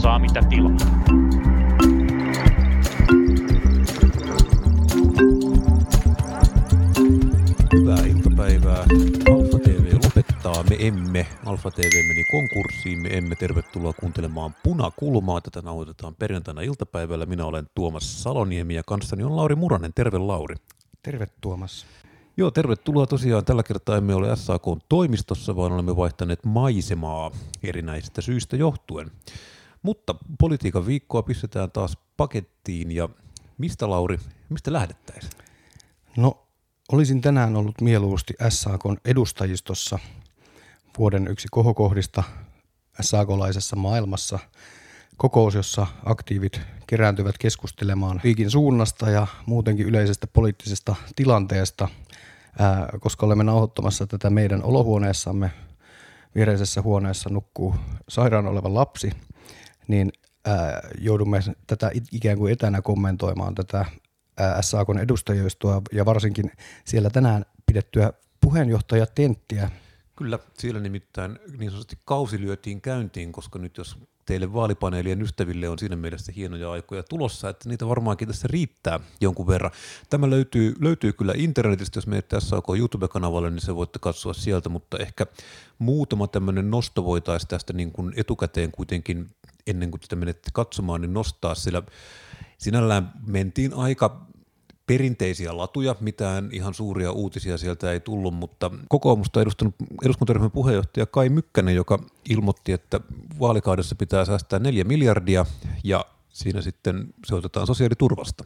saa mitä tilaa. Hyvää iltapäivää. Alfa TV lopettaa, me emme. Alfa TV meni konkurssiin, me emme. Tervetuloa kuuntelemaan Punakulmaa. Tätä nauhoitetaan perjantaina iltapäivällä. Minä olen Tuomas Saloniemi ja kanssani on Lauri Muranen. Terve Lauri. Terve Tuomas. Joo, tervetuloa tosiaan. Tällä kertaa emme ole SAK:n toimistossa, vaan olemme vaihtaneet maisemaa erinäisistä syistä johtuen. Mutta politiikan viikkoa pistetään taas pakettiin ja mistä Lauri, mistä lähdettäisiin? No, olisin tänään ollut mieluusti SAK:n edustajistossa vuoden yksi kohokohdista SAK-laisessa maailmassa. Kokous, jossa aktiivit kerääntyvät keskustelemaan liikin suunnasta ja muutenkin yleisestä poliittisesta tilanteesta, koska olemme nauhoittamassa tätä meidän olohuoneessamme. Viereisessä huoneessa nukkuu sairaan oleva lapsi, niin joudumme tätä ikään kuin etänä kommentoimaan tätä SAK:n edustajistoa ja varsinkin siellä tänään pidettyä puheenjohtajatenttiä. Kyllä, siellä nimittäin niin sanotusti kausi lyötiin käyntiin, koska nyt jos teille vaalipaneelien ystäville on siinä mielessä hienoja aikoja tulossa, että niitä varmaankin tässä riittää jonkun verran. Tämä löytyy kyllä internetistä, jos menette SAK YouTube-kanavalle, niin se voitte katsoa sieltä, mutta ehkä muutama tämmöinen nosto voitaisiin tästä niin kuin etukäteen kuitenkin, ennen kuin sitä menette katsomaan, niin nostaa, sillä sinällään mentiin aika perinteisiä latuja, mitään ihan suuria uutisia sieltä ei tullut, mutta kokoomusta edustanut eduskuntaryhmän puheenjohtaja Kai Mykkänen, joka ilmoitti, että vaalikaudessa pitää säästää 4 miljardia ja siinä sitten se otetaan sosiaaliturvasta.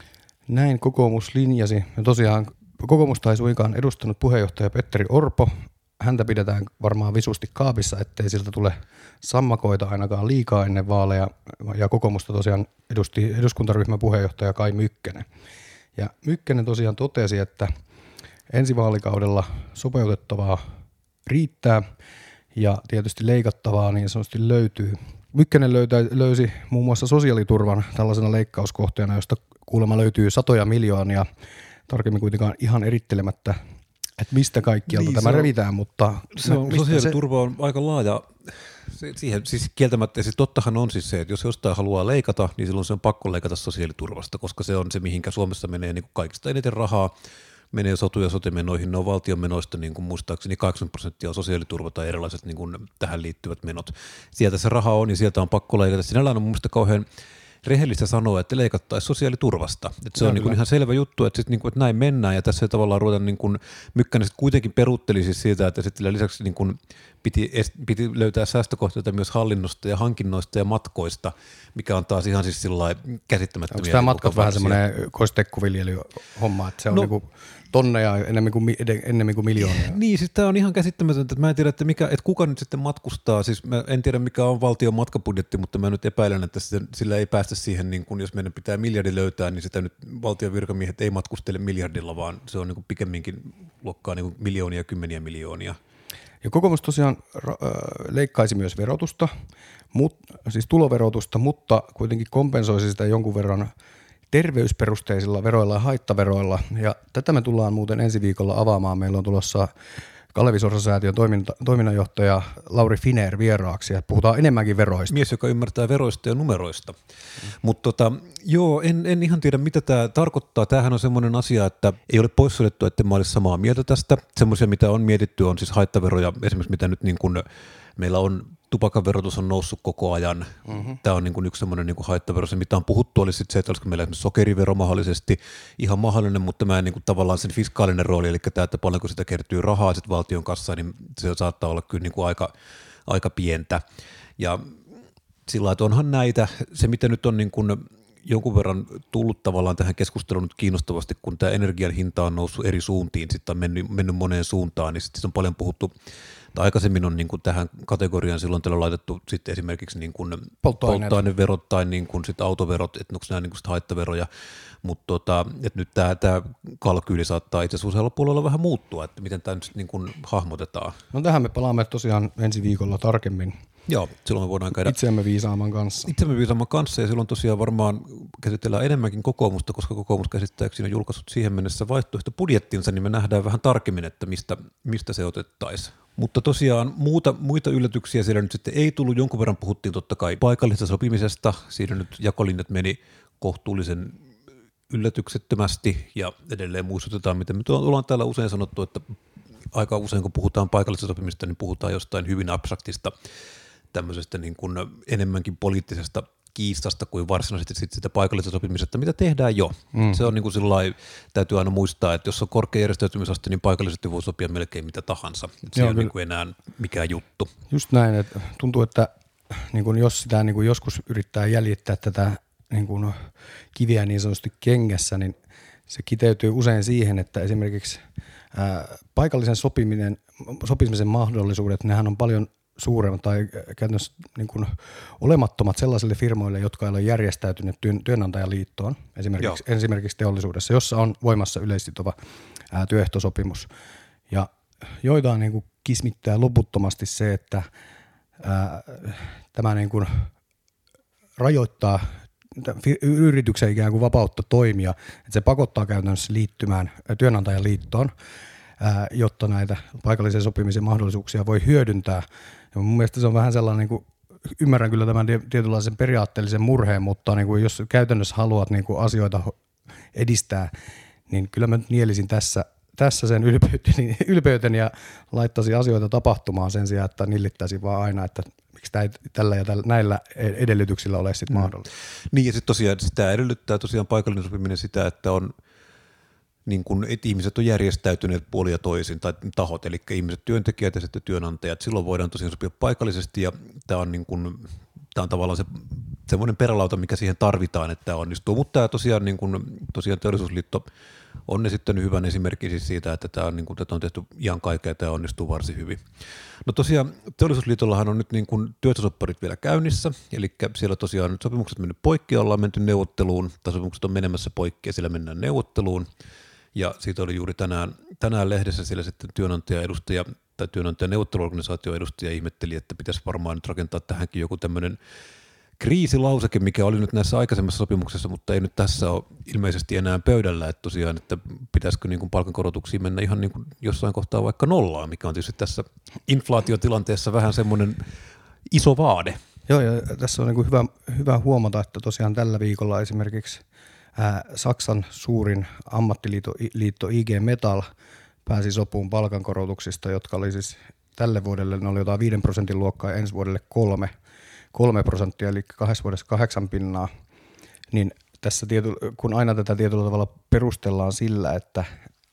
Näin kokoomus linjasi. Ja tosiaan kokoomusta ei suinkaan edustanut puheenjohtaja Petteri Orpo. Häntä pidetään varmaan visusti kaapissa, ettei siltä tule sammakoita ainakaan liikaa ennen vaaleja. Ja kokoomusta tosiaan edusti eduskuntaryhmän puheenjohtaja Kai Mykkänen. Ja Mykkänen tosiaan totesi, että ensi vaalikaudella sopeutettavaa riittää ja tietysti leikattavaa niin sanotusti löytyy. Mykkänen löysi muun muassa sosiaaliturvan tällaisena leikkauskohteena, josta kuulemma löytyy satoja miljoonia, tarkemmin kuitenkaan ihan erittelemättä, että mistä kaikkialta niin, tämä revitään, mutta sosiaaliturva on aika laaja. Siihen, siis kieltämättä, siis tottahan on siis se, että jos jostain haluaa leikata, niin silloin se on pakko leikata sosiaaliturvasta, koska se on se, mihinkä Suomessa menee niin kuin kaikista eniten rahaa, menee sotu- ja sote-menoihin, ne on valtion menoista, niin kuin muistaakseni 80% on sosiaaliturva tai erilaiset niin kuin tähän liittyvät menot. Sieltä se raha on ja sieltä on pakko leikata. Sinällään on mun mielestä kauhean rehellistä sanoa, että leikattaisiin sosiaaliturvasta. Että se on niin kuin ihan selvä juttu, että, niin kuin, että näin mennään ja tässä ei tavallaan ruveta niin kuin Mykkänen kuitenkin peruutteli siis siitä, että sitten lisäksi niin kuin piti löytää säästökohteita myös hallinnosta ja hankinnoista ja matkoista, mikä on taas ihan siis sillain käsittämättömiä. Onko tämä matkat vähän semmoinen koistekkuviljelyhomma, että se on niinku tonneja ennemmin kuin miljoonia? Niin, siis tämä on ihan käsittämätöntä, että mä en tiedä, että kuka nyt sitten matkustaa, siis mä en tiedä mikä on valtion matkabudjetti, mutta mä nyt epäilen, että sillä ei päästä siihen, niin kun jos meidän pitää miljardi löytää, niin sitä nyt valtion virkamiehet ei matkustele miljardilla, vaan se on niin kuin pikemminkin luokkaa niin kuin miljoonia, kymmeniä miljoonia. Ja kokoomus tosiaan leikkaisi myös verotusta, siis tuloverotusta, mutta kuitenkin kompensoisi sitä jonkun verran terveysperusteisilla veroilla ja haittaveroilla. Ja tätä me tullaan muuten ensi viikolla avaamaan. Meillä on tulossa Kalevi Sorsa-säätiön toiminnanjohtaja Lauri Finer vieraaksi ja puhutaan enemmänkin veroista. Mies, joka ymmärtää veroista ja numeroista. Mutta joo, en ihan tiedä mitä tämä tarkoittaa. Tämähän on semmoinen asia, että ei ole poissuljettu, että mä olisi samaa mieltä tästä. Semmoisia, mitä on mietitty, on siis haittaveroja, esimerkiksi mitä nyt niin kuin meillä on, tupakan verotus on noussut koko ajan. Tämä on niin kuin yksi semmoinen niin kuin haittavero. Se, mitä on puhuttu, oli sitten se, että olisiko meillä esimerkiksi sokerivero mahdollisesti ihan mahdollinen, mutta mä en niin kuin tavallaan sen fiskaalinen rooli, eli tämä, että paljonko sitä kertyy rahaa sitten valtion kassaan, niin se saattaa olla kyllä niin kuin aika pientä. Ja sillä lailla, että onhan näitä, se mitä nyt on niin kuin jonkun verran tullut tavallaan tähän keskusteluun nyt kiinnostavasti, kun tämä energian hinta on noussut eri suuntiin, sitten on mennyt moneen suuntaan, niin sitten on paljon puhuttu, tai aikaisemmin on niin kuin tähän kategoriaan silloin tällä laitettu sitten esimerkiksi niin kuin polttoaineverot tai niin kuin sit autoverot, että onko nämä niin kuin sit haittaveroja, mutta että nyt tämä kalkyyli saattaa itse asiassa usealla puolella vähän muuttua, että miten tämä nyt niin kuin hahmotetaan. No tähän me palaamme tosiaan ensi viikolla tarkemmin. Joo, silloin me voidaan käydä Itseämme viisaaman kanssa ja silloin tosiaan varmaan käsitellään enemmänkin kokoomusta, koska kokoomus käsittääkseni on julkaissut siihen mennessä vaihtoehtobudjettinsa, niin me nähdään vähän tarkemmin, että mistä se otettaisiin. Mutta tosiaan muita yllätyksiä siellä nyt sitten ei tullut. Jonkun verran puhuttiin totta kai paikallisesta sopimisesta. Siinä nyt jakolinjat meni kohtuullisen yllätyksettömästi ja edelleen muistutetaan, miten me ollaan täällä usein sanottu, että aika usein kun puhutaan paikallisesta sopimista, niin puhutaan jostain hyvin abstraktista tämmöisestä niin kuin enemmänkin poliittisesta kiistasta kuin varsinaisesti sit sitä paikallisesta sopimisesta, mitä tehdään jo. Se on niin kuin sillai, täytyy aina muistaa, että jos on korkea järjestäytymisaste, niin paikallisesti voi sopia melkein mitä tahansa. Se on niin kuin enää mikään juttu. Just näin, että tuntuu, että niin kuin jos sitä niin kuin joskus yrittää jäljittää tätä niin kuin kiviä niin sanotusti kengässä, niin se kiteytyy usein siihen, että esimerkiksi paikallisen sopimisen mahdollisuudet, nehän on paljon suuremmat tai käytännössä niin kuin olemattomat sellaisille firmoille, jotka ei ole järjestäytyneet työnantajaliittoon, esimerkiksi teollisuudessa, jossa on voimassa yleissitova työehtosopimus. Ja joitain niin kuin kismittää loputtomasti se, että tämä niin kuin rajoittaa yrityksen ikään kuin vapautta toimia, että se pakottaa käytännössä liittymään työnantajaliittoon, jotta näitä paikallisen sopimisen mahdollisuuksia voi hyödyntää. Ja mun mielestä se on vähän sellainen, niin kuin, ymmärrän kyllä tämän tietynlaisen periaatteellisen murheen, mutta niin kuin jos käytännössä haluat niin kuin asioita edistää, niin kyllä mä nielisin tässä sen ylpeyteni ja laittaisin asioita tapahtumaan sen sijaan, että nillittäisin vaan aina, että miksi tämä ei tällä ja näillä edellytyksillä ole sitten mahdollista. Niin ja sitten tosiaan sitä edellyttää tosiaan paikallinen sopiminen sitä, että on niin kun, että ihmiset on järjestäytyneet puolin ja toisin tai tahot, eli ihmiset työntekijät ja sitten työnantajat. Silloin voidaan tosiaan sopia paikallisesti ja tämä on, niin kun, tämä on tavallaan semmoinen perälauta, mikä siihen tarvitaan, että tämä onnistuu. Mutta tämä tosiaan, niin kun, tosiaan Teollisuusliitto on esittänyt hyvän esimerkin siis siitä, että tämä on, niin kun, tätä on tehty ihan kaikkea ja tämä onnistuu varsin hyvin. No tosiaan Teollisuusliitollahan on nyt niin kun työehtosopparit vielä käynnissä, eli siellä tosiaan nyt sopimukset mennyt poikki, ollaan menty neuvotteluun, tai sopimukset on menemässä poikki ja siellä mennään neuvotteluun. Ja siitä oli juuri tänään lehdessä siellä sitten työnantajaedustaja tai työnantajaneuvotteluorganisaation edustaja ihmetteli, että pitäisi varmaan nyt rakentaa tähänkin joku tämmöinen kriisilauseke, mikä oli nyt näissä aikaisemmissa sopimuksissa, mutta ei nyt tässä ole ilmeisesti enää pöydällä, että tosiaan, että pitäisikö niin kuin palkankorotuksiin mennä ihan niin kuin jossain kohtaa vaikka nollaan, mikä on tietysti tässä inflaatiotilanteessa vähän semmoinen iso vaade. Joo, ja tässä on niin kuin hyvä huomata, että tosiaan tällä viikolla esimerkiksi Saksan suurin ammattiliitto IG Metall pääsi sopuun palkankorotuksista, jotka oli siis tälle vuodelle, ne oli jotain 5% luokkaa ja ensi vuodelle 3%, eli 2 vuodessa 8%, niin tässä kun aina tätä tietyllä tavalla perustellaan sillä, että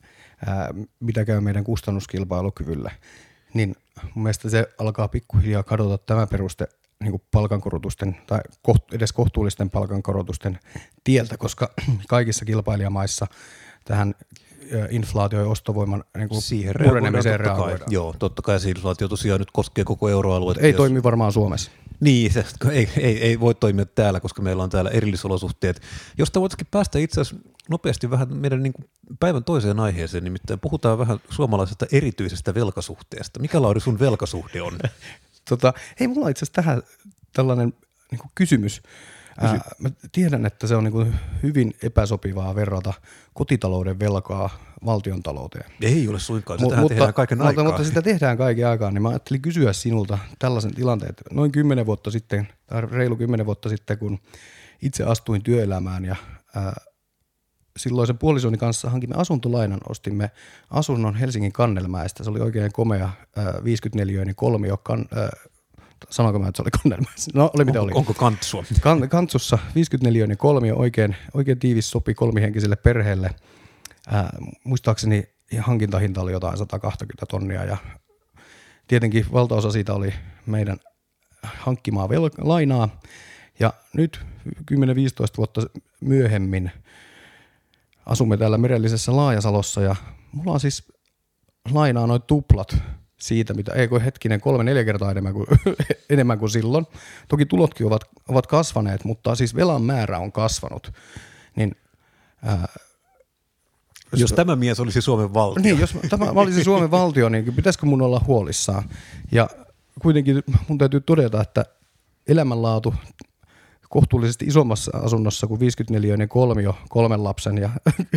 mitä käy meidän kustannuskilpailukyvylle, niin mun mielestä se alkaa pikkuhiljaa kadota tämä peruste niin kuin palkankorotusten tai edes kohtuullisten palkankorotusten tieltä, koska kaikissa kilpailijamaissa tähän inflaatio- ja ostovoiman niin kuin murenemiseen reagoidaan. Joo, totta kai se inflaatio tosiaan nyt koskee koko euroalueita. Ei toimi varmaan Suomessa. Niin, se ei voi toimia täällä, koska meillä on täällä erillisolosuhteet. Josta voitaisiin päästä itse asiassa nopeasti vähän meidän niin kuin päivän toiseen aiheeseen, nimittäin puhutaan vähän suomalaisesta erityisestä velkasuhteesta. Mikä, Lauri, sun velkasuhde on? Hei, mulla on itse asiassa tähän tällainen niin kuin kysymys. Mä tiedän, että se on niin kuin hyvin epäsopivaa verrata kotitalouden velkaa valtiontalouteen. Ei ole suinkaan, sitähän tehdään kaiken aikaa. Mutta sitä tehdään kaiken aikaa, niin mä ajattelin kysyä sinulta tällaisen tilanteen, että noin 10 vuotta sitten, tai reilu 10 vuotta sitten, kun itse astuin työelämään ja silloisen puolisoni kanssa hankimme asuntolainan, ostimme asunnon Helsingin Kannelmäestä. Se oli oikein komea 54-neliöinen kolmio, sanonko mä, että se oli Kannelmäessä? No oli mitä oli. Onko kantsua? Kantsussa 54-neliöinen kolmio, oikein tiivis, sopi kolmihenkiselle perheelle. Muistaakseni hankintahinta oli jotain 120 tonnia ja tietenkin valtaosa siitä oli meidän hankkimaa lainaa. Ja nyt 10-15 vuotta myöhemmin asumme täällä merellisessä Laajasalossa ja mulla on siis lainaa noin tuplat siitä, mitä ei kun hetkinen 3-4 kertaa enemmän kuin silloin. Toki tulotkin ovat kasvaneet, mutta siis velan määrä on kasvanut. Niin, jos tämä mies olisi Suomen valtio. Niin, jos tämä olisi Suomen valtio, niin pitäisikö mun olla huolissaan? Ja kuitenkin mun täytyy todeta, että elämänlaatu kohtuullisesti isommassa asunnossa kuin 54-neliöinen kolmio 3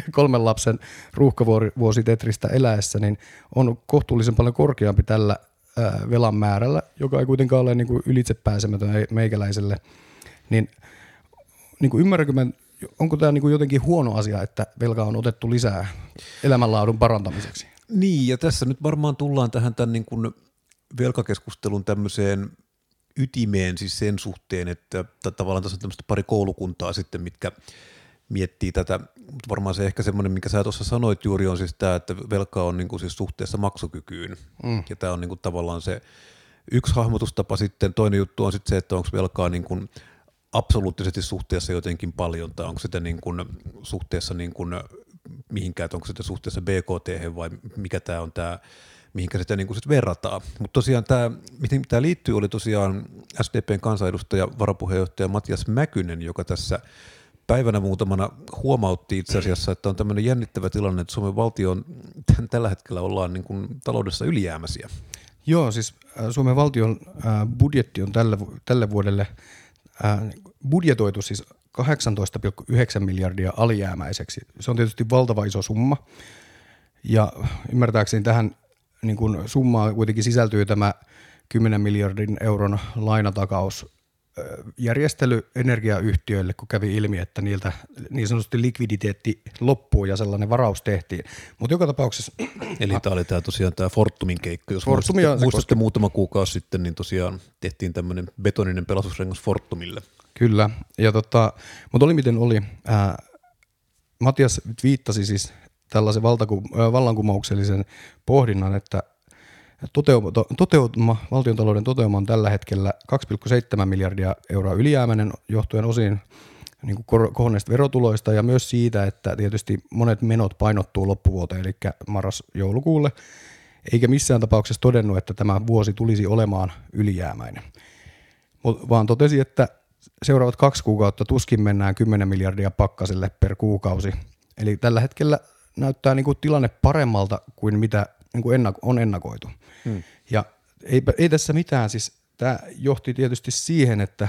lapsen ruuhkavuosi Tetristä eläessä, niin on kohtuullisen paljon korkeampi tällä velan määrällä, joka ei kuitenkaan ole niin kuin ylitsepääsemätön meikäläiselle, niin kuin ymmärränkö mä, onko tämä niin kuin jotenkin huono asia, että velkaa on otettu lisää elämänlaadun parantamiseksi? Niin, ja tässä nyt varmaan tullaan tähän tämän niin kuin velkakeskustelun tämmöiseen ytimeen siis sen suhteen, että tavallaan tässä on tämmöistä pari koulukuntaa sitten, mitkä miettii tätä, mutta varmaan se ehkä semmoinen, mikä sä tuossa sanoit juuri, on siis tämä, että velka on niin kuin siis suhteessa maksukykyyn, ja tämä on niin kuin tavallaan se yksi hahmotustapa sitten, toinen juttu on sitten se, että onko velkaa niin kuin absoluuttisesti suhteessa jotenkin paljon, tai onko sitä niin kuin suhteessa niin kuin mihinkään, onko sitä suhteessa BKT vai mikä tämä on tämä, mihinkä sitä niin kuin sit verrataan. Mutta tosiaan tämä, mihin tämä liittyy, oli tosiaan SDPn kansanedustaja, varapuheenjohtaja Matias Mäkynen, joka tässä päivänä muutamana huomautti itse asiassa, että on tämmöinen jännittävä tilanne, että Suomen valtion tällä hetkellä ollaan niin kuin taloudessa ylijäämäisiä. Joo, siis Suomen valtion budjetti on tälle vuodelle budjetoitu siis 18,9 miljardia alijäämäiseksi. Se on tietysti valtava iso summa, ja ymmärtääkseni tähän niin kuin summaan kuitenkin sisältyy tämä 10 miljardin euron lainatakausjärjestely energiayhtiöille, kun kävi ilmi, että niiltä niin sanotusti likviditeetti loppuu ja sellainen varaus tehtiin. Mutta joka tapauksessa... Eli tämä oli tosiaan tämä Fortumin keikka. Jos muistatte muutama kuukausi sitten, niin tosiaan tehtiin tämmöinen betoninen pelastusrengas Fortumille. Kyllä, ja mutta oli miten oli. Matias viittasi siis tällaisen vallankumouksellisen pohdinnan, että valtiontalouden toteuma on tällä hetkellä 2,7 miljardia euroa ylijäämäinen johtuen osin niin kuin kohonneista verotuloista ja myös siitä, että tietysti monet menot painottuu loppuvuoteen, eli marras-joulukuulle, eikä missään tapauksessa todennut, että tämä vuosi tulisi olemaan ylijäämäinen, vaan totesi, että seuraavat 2 kuukautta tuskin mennään 10 miljardia pakkaselle per kuukausi. Eli tällä hetkellä näyttää niin kuin tilanne paremmalta kuin mitä niin kuin on ennakoitu. Ja ei tässä mitään, siis tämä johti tietysti siihen, että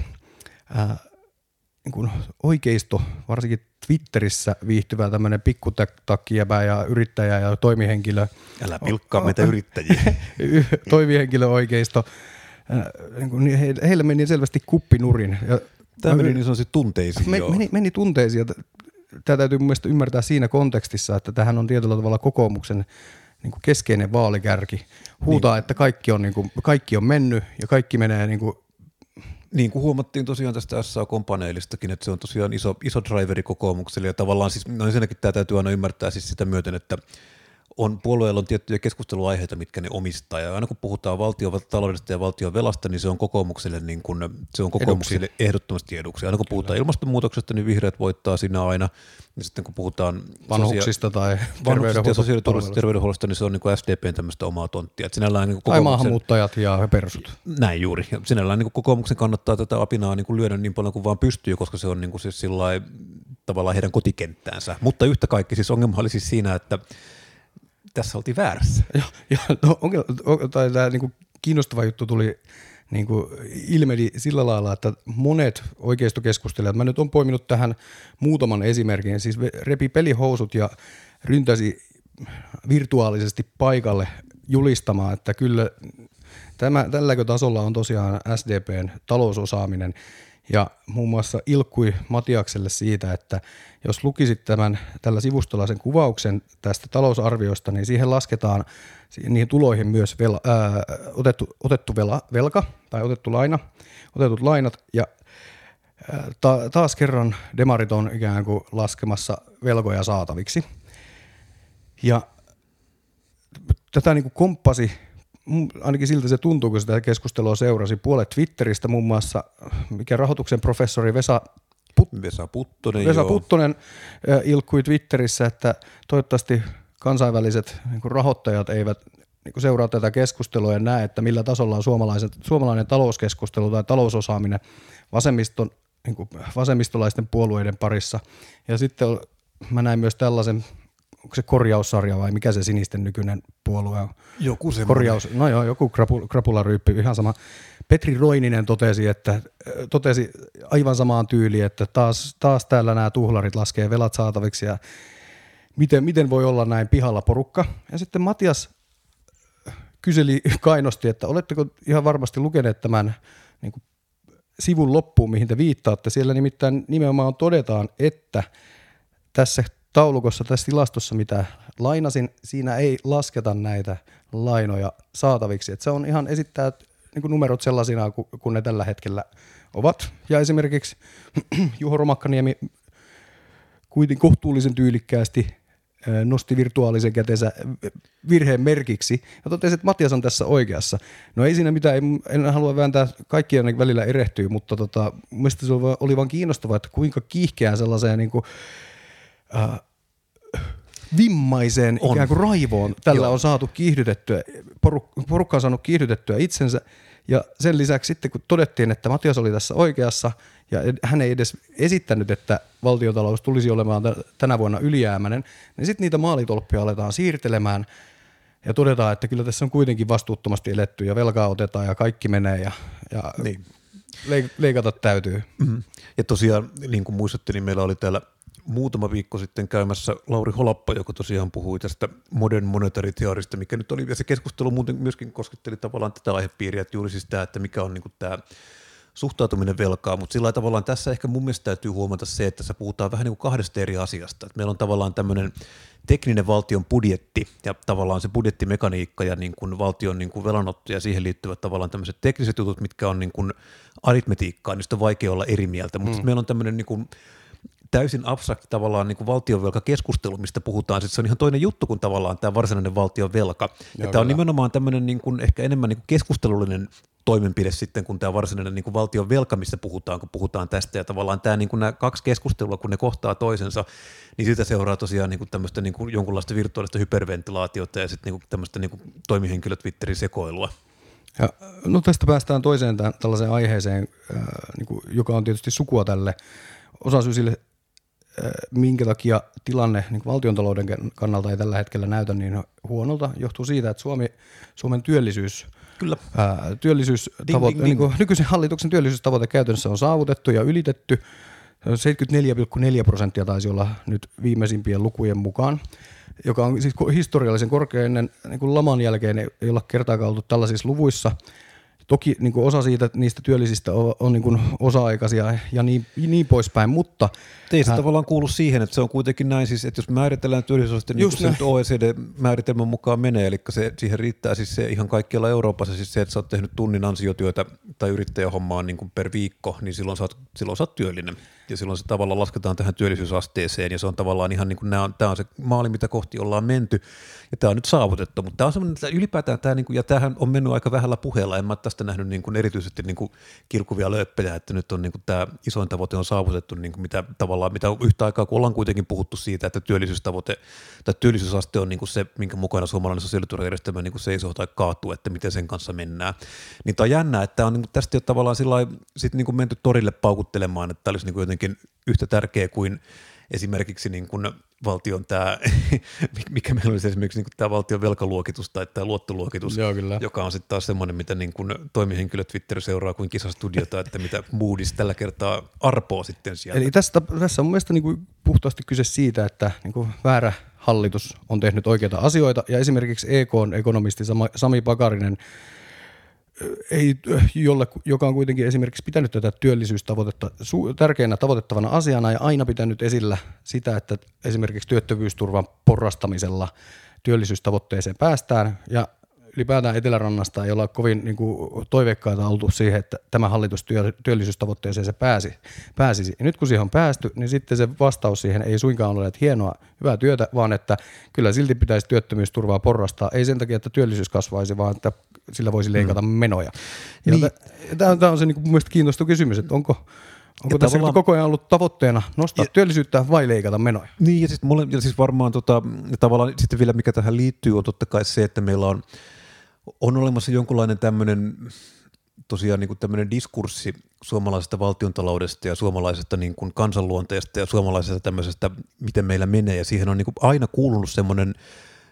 niin kuin oikeisto, varsinkin Twitterissä viihtyvä tämmöinen pikkutakkijäpä ja yrittäjä ja toimihenkilö. Älä pilkkaa meitä yrittäjiä. Toimihenkilö oikeisto. Niin heille meni selvästi kuppinurin. Tämä meni niin sanoisin tunteisiin. Meni tunteisiin. Tämä täytyy mun mielestä ymmärtää siinä kontekstissa, että tähän on tietyllä tavalla kokoomuksen niin kuin keskeinen vaalikärki. Huutaa, että kaikki on mennyt ja kaikki menee niin kuin huomattiin tosiaan tästä SAK-paneelistakin, että se on tosiaan iso driveri kokoomukselle ja tavallaan siis, no ensinnäkin tämä täytyy aina ymmärtää siis sitä myöten, että puolueilla on tiettyjä keskusteluaiheita, mitkä ne omistaa, ja aina kun puhutaan valtion taloudesta ja valtion velasta, niin se on kokoomukselle, ehdottomasti eduksi. Aina kun puhutaan ilmastonmuutoksesta, niin vihreät voittaa siinä aina, ja sitten kun puhutaan vanhuksista tai terveydenhuollosta, niin se on niin kuin SDPn tämmöistä omaa tonttia. Tai maahanmuuttajat ja persut. Näin juuri. Ja sinällään niin kuin kokoomuksen kannattaa tätä apinaa niin kuin lyödä niin paljon kuin vaan pystyy, koska se on niin kuin siis sillai, tavallaan heidän kotikenttäänsä. Mutta yhtä kaikki siis ongelma oli siis siinä, että tässä oltiin väärässä. Tämä niinku kiinnostava juttu tuli niinku ilmeni sillä lailla, että monet oikeistokeskustelijat, mä nyt on poiminut tähän muutaman esimerkin, siis repi pelihousut ja ryntäsi virtuaalisesti paikalle julistamaan, että kyllä tälläkö tasolla on tosiaan SDPn talousosaaminen, ja muun muassa ilkkui Matiakselle siitä, että jos lukisit tällä sivustolla sen kuvauksen tästä talousarviosta, niin siihen lasketaan niihin tuloihin myös otettu velka tai otetut lainat, ja taas kerran demarit on ikään kuin laskemassa velkoja saataviksi. Ja tätä niin kuin komppasi, ainakin siltä se tuntuu, kun sitä keskustelua seurasi, puolet Twitteristä muun muassa, mikä rahoituksen professori Vesa Puttonen ilkkui Twitterissä, että toivottavasti kansainväliset niin kuin rahoittajat eivät niin kuin seuraa tätä keskustelua ja näe, että millä tasolla on suomalainen talouskeskustelu tai talousosaaminen niin kuin vasemmistolaisten puolueiden parissa. Ja sitten mä näin myös tällaisen, onko se korjaussarja vai mikä se sinisten nykyinen puolue on? Joku semmoinen. Joku krapularyyppi, ihan sama. Petri Roininen totesi aivan samaan tyyliin, että taas täällä nämä tuhlarit laskee velat saataviksi ja miten voi olla näin pihalla porukka. Ja sitten Matias kyseli kainosti, että oletteko ihan varmasti lukeneet tämän niin kuin sivun loppuun, mihin te viittaatte. Siellä nimittäin nimenomaan todetaan, että tässä taulukossa, tässä tilastossa, mitä lainasin, siinä ei lasketa näitä lainoja saataviksi. Että se on ihan esittää niin kuin numerot sellaisina, kun ne tällä hetkellä ovat. Ja esimerkiksi Juho Romakkaniemi kuitenkin kohtuullisen tyylikkäästi nosti virtuaalisen kätensä virheen merkiksi ja totesi, että Matias on tässä oikeassa. No ei siinä mitään, en halua vääntää kaikkien välillä erehtyy, mutta mielestäni se oli vaan kiinnostavaa, että kuinka kiihkeään sellaiseen niin kuin, vimmaiseen ikään kuin raivoon tällä on saatu kiihdytettyä, porukka on saanut kiihdytettyä itsensä. Ja sen lisäksi sitten, kun todettiin, että Matias oli tässä oikeassa, ja hän ei edes esittänyt, että valtiontalous tulisi olemaan tänä vuonna ylijäämäinen, niin sitten niitä maalitolppia aletaan siirtelemään, ja todetaan, että kyllä tässä on kuitenkin vastuuttomasti eletty, ja velkaa otetaan, ja kaikki menee, ja niin. Leikata täytyy. Mm-hmm. Ja tosiaan, niin kuin muistatte, niin meillä oli täällä muutama viikko sitten käymässä Lauri Holappa, joka tosiaan puhui tästä modern monetary theorista, mikä nyt oli, ja se keskustelu muuten myöskin kosketteli tavallaan tätä aihepiiriä, että juuri siis tämä, että mikä on niin kuin tämä suhtautuminen velkaa, mutta sillä tavallaan tässä ehkä mun mielestä täytyy huomata se, että tässä puhutaan vähän niin kuin kahdesta eri asiasta. Että meillä on tavallaan tämmöinen tekninen valtion budjetti ja tavallaan se budjettimekaniikka ja niin kuin valtion niin kuin velanotto ja siihen liittyvät tavallaan tämmöiset tekniset jutut, mitkä on niin kuin aritmetiikkaa, niistä on vaikea olla eri mieltä, mutta meillä on tämmöinen niin kuin täysin abstrakti tavallaan niin kuin valtionvelkakeskustelu, mistä puhutaan, se on ihan toinen juttu kuin tavallaan tämä varsinainen valtionvelka. Ja tämä on nimenomaan tämmöinen niin kuin ehkä enemmän niin kuin keskustelullinen toimenpide sitten, kun tämä varsinainen niin kuin valtionvelka, missä puhutaan, kun puhutaan tästä, ja tavallaan tämä, niin kuin nämä kaksi keskustelua, kun ne kohtaa toisensa, niin siitä seuraa tosiaan niin kuin tämmöistä niin kuin jonkunlaista virtuaalista hyperventilaatiota ja sitten niin kuin tämmöistä niin kuin toimihenkilö Twitterin sekoilua. Ja, no tästä päästään toiseen tällaiseen aiheeseen, niin kuin, joka on tietysti sukua tälle osasyy sille, minkä takia tilanne niin valtiontalouden kannalta ei tällä hetkellä näytä niin huonolta, johtuu siitä, että Suomen työllisyystavoite, nykyisen hallituksen työllisyystavoite käytännössä on saavutettu ja ylitetty. 74,4% taisi olla nyt viimeisimpien lukujen mukaan, joka on siis historiallisen korkea ennen niin kuin laman jälkeen, ei olla kertaakaan oltu tällaisissa luvuissa. Toki niin kuin osa niistä työllisistä on niin kuin osa-aikaisia ja niin poispäin, mutta ei se tavallaan kuulu siihen, että se on kuitenkin näin, siis, että jos määritellään työllisyysaste, niin se nyt OECD-määritelmän mukaan menee, eli siihen riittää siis se ihan kaikkialla Euroopassa, siis se, että sä oot tehnyt tunnin ansiotyötä tai yrittäjähommaa niin kuin per viikko, niin silloin sä oot työllinen. Ja silloin se tavallaan lasketaan tähän työllisyysasteeseen, ja se on tavallaan ihan niin kuin tämä on se maali, mitä kohti ollaan menty, ja tämä on nyt saavutettu, mutta tämä on semmoinen, että ylipäätään tämä, niin kuin, ja tämähän on mennyt aika vähällä puheella, en mä tästä nähnyt niin kuin erityisesti niin kuin kirkuvia lööppejä, että nyt on niin kuin tämä isoin tavoite on saavutettu, niin kuin mitä yhtä aikaa, kun ollaan kuitenkin puhuttu siitä, että työllisyystavoite tai työllisyysaste on niin kuin se, minkä mukana suomalainen sosiaaliturvajärjestelmä niin kuin seisoo tai kaatuu, että miten sen kanssa mennään. Niin tämä on jännää, että on niin kuin tästä jo tavallaan sit niin kuin menty torille paukuttelemaan, että tämä olisi niin kuin jotenkin yhtä tärkeä kuin esimerkiksi niin kuin valtion tämä, mikä meillä olisi esimerkiksi niin kuin tämä valtion velkaluokitus tai tämä luottoluokitus, joka on sitten taas semmoinen, mitä niin kuin toimihenkilö Twitter seuraa kuin kisastudiota, että mitä Moody's tällä kertaa arpoo sitten sieltä. Eli tässä on mun mielestä niin kuin puhtaasti kyse siitä, että niin kuin väärä hallitus on tehnyt oikeita asioita ja esimerkiksi EK:n ekonomisti Sami Pakarinen, joka on kuitenkin esimerkiksi pitänyt tätä työllisyystavoitetta tärkeänä tavoitettavana asiana ja aina pitänyt esillä sitä, että esimerkiksi työttömyysturvan porrastamisella työllisyystavoitteeseen päästään ja ylipäätään Etelärannasta ei olla kovin niin kuin toiveikkaita oltu siihen, että tämä hallitus työllisyystavoitteeseen se pääsisi. Ja nyt kun siihen on päästy, niin sitten se vastaus siihen ei suinkaan ole, että hienoa, hyvää työtä, vaan että kyllä silti pitäisi työttömyysturvaa porrastaa. Ei sen takia, että työllisyys kasvaisi, vaan että sillä voisi leikata menoja. Ja tämä on se niin kuin mun mielestä kiinnostava kysymys, että onko tässä koko ajan ollut tavoitteena nostaa työllisyyttä vai leikata menoja? Niin, ja siis varmaan tavallaan sitten vielä mikä tähän liittyy on totta kai se, että meillä on olemassa jonkunlainen tämmöinen tosiaan niin kuin tämmöinen diskurssi suomalaisesta valtiontaloudesta ja suomalaisesta niin kuin kansanluonteesta ja suomalaisesta tämmöisestä, miten meillä menee, ja siihen on niin kuin aina kuulunut semmoinen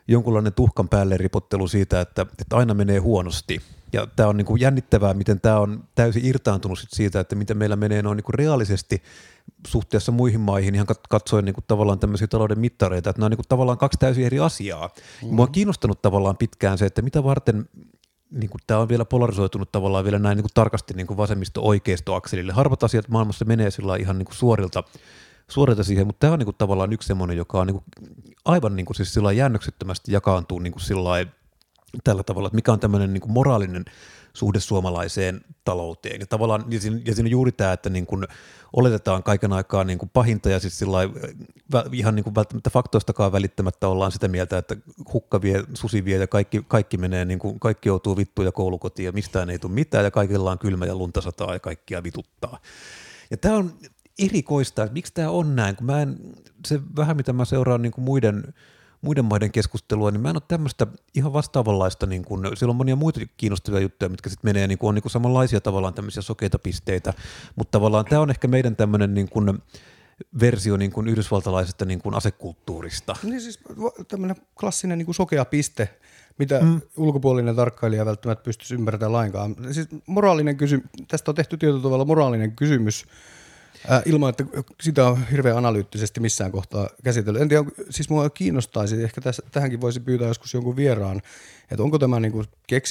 jonkunlainen tuhkan päälle ripottelu siitä, että aina menee huonosti. Ja tämä on niin kuin jännittävää, miten tämä on täysin irtaantunut siitä, että miten meillä menee noin niin kuin reaalisesti suhteessa muihin maihin, ihan katsoen niin kuin tavallaan tämmöisiä talouden mittareita, että nämä on niin kuin tavallaan kaksi täysin eri asiaa. Mm-hmm. Mua on kiinnostanut tavallaan pitkään se, että mitä varten niin kuin tämä on vielä polarisoitunut tavallaan vielä näin niin kuin tarkasti niin kuin vasemmisto-oikeisto-akselille. Harvat asiat maailmassa menee sillä ihan niin kuin suorilta siihen, mutta tämä on niin kuin tavallaan yksi semmoinen, joka on niin kuin aivan niin kuin siis sillä jäännöksettömästi jakaantuu niin kuin tällä tavalla, että mikä on tämmöinen niin kuin moraalinen suhde suomalaiseen talouteen. Ja tavallaan ja siinä on juuri tämä, että niin kuin oletetaan kaiken aikaa niin kuin pahinta ja siis sillai, ihan niin kuin välttämättä faktoistakaan välittämättä ollaan sitä mieltä, että hukka vie, susi vie ja kaikki menee, niin kuin, kaikki joutuu vittuun ja koulukotiin ja mistään ei tule mitään ja kaikilla on kylmä ja lunta sataa ja kaikkia vituttaa. Ja tämä on erikoista, että miksi tämä on näin, kun se vähän mitä mä seuraan niin kuin muiden maiden keskustelua, niin mä en ole tämmöistä ihan vastaavanlaista, niin kuin, siellä on monia muita kiinnostavia juttuja, mitkä sitten menee, niin kuin, on niin kuin samanlaisia tavallaan tämmöisiä sokeita pisteitä, mutta tavallaan tämä on ehkä meidän tämmöinen niin kuin versio niin kuin yhdysvaltalaisesta niin kuin asekulttuurista. Niin siis tämmöinen klassinen niin kuin sokea piste, mitä ulkopuolinen tarkkailija välttämättä pystyisi ymmärtämään lainkaan. Siis moraalinen kysymys, tästä on tehty tietyllä tavalla moraalinen kysymys, ilman, että sitä on hirveän analyyttisesti missään kohtaa käsitellyt. En tiedä, siis mua kiinnostaisi, ehkä tähänkin voisi pyytää joskus jonkun vieraan, että onko tämä niin kuin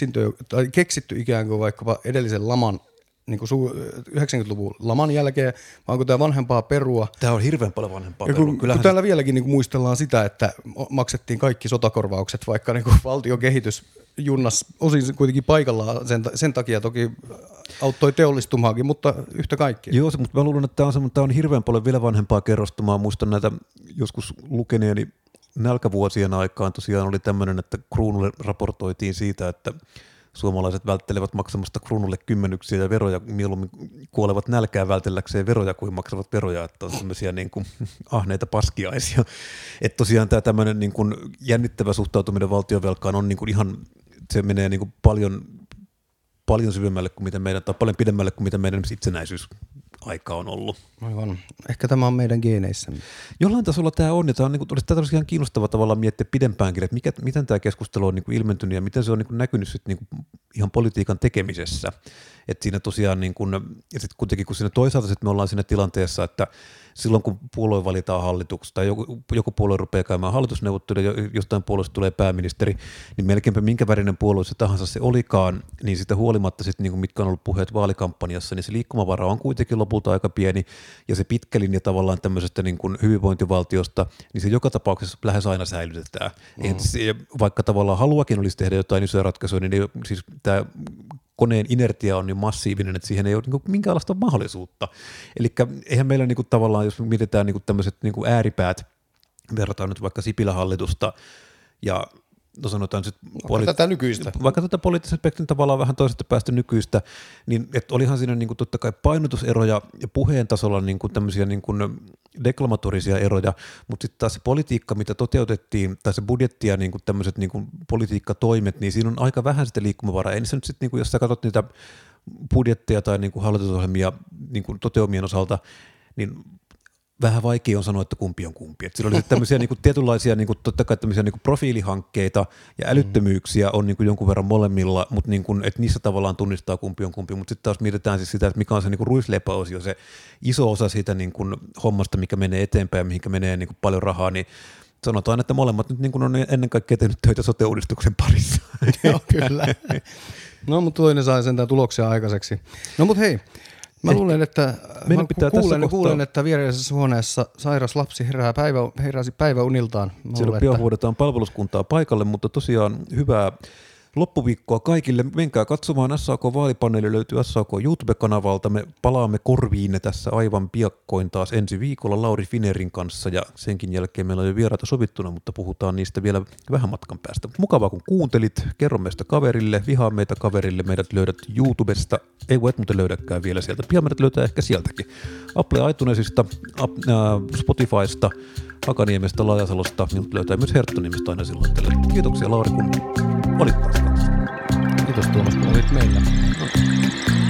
keksitty ikään kuin vaikkapa edellisen laman, niin kuin 90-luvun laman jälkeen, vai onko tämä vanhempaa perua? Tämä on hirveän paljon vanhempaa perua. Kun täällä vieläkin niin kuin muistellaan sitä, että maksettiin kaikki sotakorvaukset, vaikka niin kuin valtion kehitys junnas osin kuitenkin paikallaan, sen takia toki auttoi teollistumaakin, mutta yhtä kaikki. Joo, mutta mä luulen, että tämä on hirveän paljon vielä vanhempaa kerrostumaa. Muistan näitä joskus lukeneeni nälkävuosien aikaan tosiaan oli tämmöinen, että Kruunulle raportoitiin siitä, että suomalaiset välttelevät maksamasta Kruunulle kymmenyksiä ja veroja, mieluummin kuolevat nälkään vältelläkseen veroja kuin maksavat veroja, että on tämmöisiä niin kuin ahneita paskiaisia. Että tosiaan tämä tämmöinen niin kuin jännittävä suhtautuminen valtionvelkaan on niin kuin ihan, se menee niin kuin paljon syvemmälle kuin mitä meidän, tai paljon pidemmälle kuin mitä meidän itsenäisyysaika on ollut. Aivan. Ehkä tämä on meidän geeneissämme. Jollain tasolla tämä on, ja tämä on, niin kuin, tämä on ihan kiinnostava tavallaan miettiä pidempäänkin, että miten tämä keskustelu on niin kuin ilmentynyt ja miten se on niin kuin näkynyt sit niin kuin ihan politiikan tekemisessä. Että siinä tosiaan, niin kuin, ja sitten kuitenkin kun siinä toisaalta sit me ollaan siinä tilanteessa, että silloin kun puolue valitaan hallituksesta tai joku puolue rupeaa käymään hallitusneuvotteluja, jostain puolueesta tulee pääministeri, niin melkeinpä minkä värinen puolue se tahansa se olikaan, niin sitä huolimatta sitten niin kuin mitkä on ollut puheet vaalikampanjassa, niin se liikkumavara on kuitenkin lopulta aika pieni ja se pitkä linja tavallaan tämmöisestä niin kuin hyvinvointivaltiosta, niin se joka tapauksessa lähes aina säilytetään. Vaikka tavallaan haluakin olisi tehdä jotain isoja ratkaisuja, niin siis tämä koneen inertia on niin massiivinen, että siihen ei ole niin minkäänlaista mahdollisuutta. Eli eihän meillä niin kuin tavallaan, jos mietitään niin kuin tämmöiset niin kuin ääripäät, verrataan nyt vaikka Sipilä-hallitusta ja no sanotaan vaikka tätä poliittisen spektrin tavallaan vähän toisesta päästä nykyistä, niin että olihan siinä niin kuin totta kai painotuseroja ja puheen tasolla niin kuin tämmöisiä niin kuin deklamatorisia eroja, mutta sitten taas se politiikka, mitä toteutettiin, tai se budjetti ja niin kuin tämmöiset niin kuin politiikkatoimet, niin siinä on aika vähän sitä liikkumavaraa. Ei se nyt sitten, niin kuin, jos sä katsot niitä budjetteja tai niin kuin hallitusohjelmia niin kuin toteumien osalta, niin vähän vaikea on sanoa, että kumpi on kumpi. Et sillä oli tämmöisiä niinku tietynlaisia niinku, totta kai tämmöisiä niinku profiilihankkeita ja älyttömyyksiä on niinku jonkun verran molemmilla, mutta niinku, että niissä tavallaan tunnistaa kumpi on kumpi. Mutta sitten taas mietitään siis sitä, että mikä on se niinku ruisleipäosio, se iso osa siitä niinku hommasta, mikä menee eteenpäin ja mihinkä menee niinku paljon rahaa, niin sanotaan, että molemmat nyt niinku on ennen kaikkea tehnyt töitä sote-uudistuksen parissa. Joo, kyllä. No, mutta toinen sai sentään tuloksia aikaiseksi. No, mutta hei. Mä luulen, että kuulen, että viereisessä huoneessa sairas lapsi heräsi päiväuniltaan. Siellä huudetaan palveluskuntaa paikalle, mutta tosiaan hyvää loppuviikkoa kaikille. Menkää katsomaan SAK-vaalipaneeli, löytyy SAK YouTube-kanavalta. Me palaamme korviinne tässä aivan piakkoin taas ensi viikolla Lauri Finerin kanssa ja senkin jälkeen meillä on jo vieraita sovittuna, mutta puhutaan niistä vielä vähän matkan päästä. Mukavaa kun kuuntelit, kerro meistä kaverille, vihaa meitä kaverille, meidät löydät YouTubesta, ei voi et muuten löydäkään vielä sieltä, pian meidät löytää ehkä sieltäkin. Apple iTunesista, Spotifysta, Hakaniemestä, Laajasalosta, minut löytää myös Herttonimestä aina silloin teille. Kiitoksia Lauri, kun olit taas kanssa. Kiitos Tuomas, kun olit meillä. No.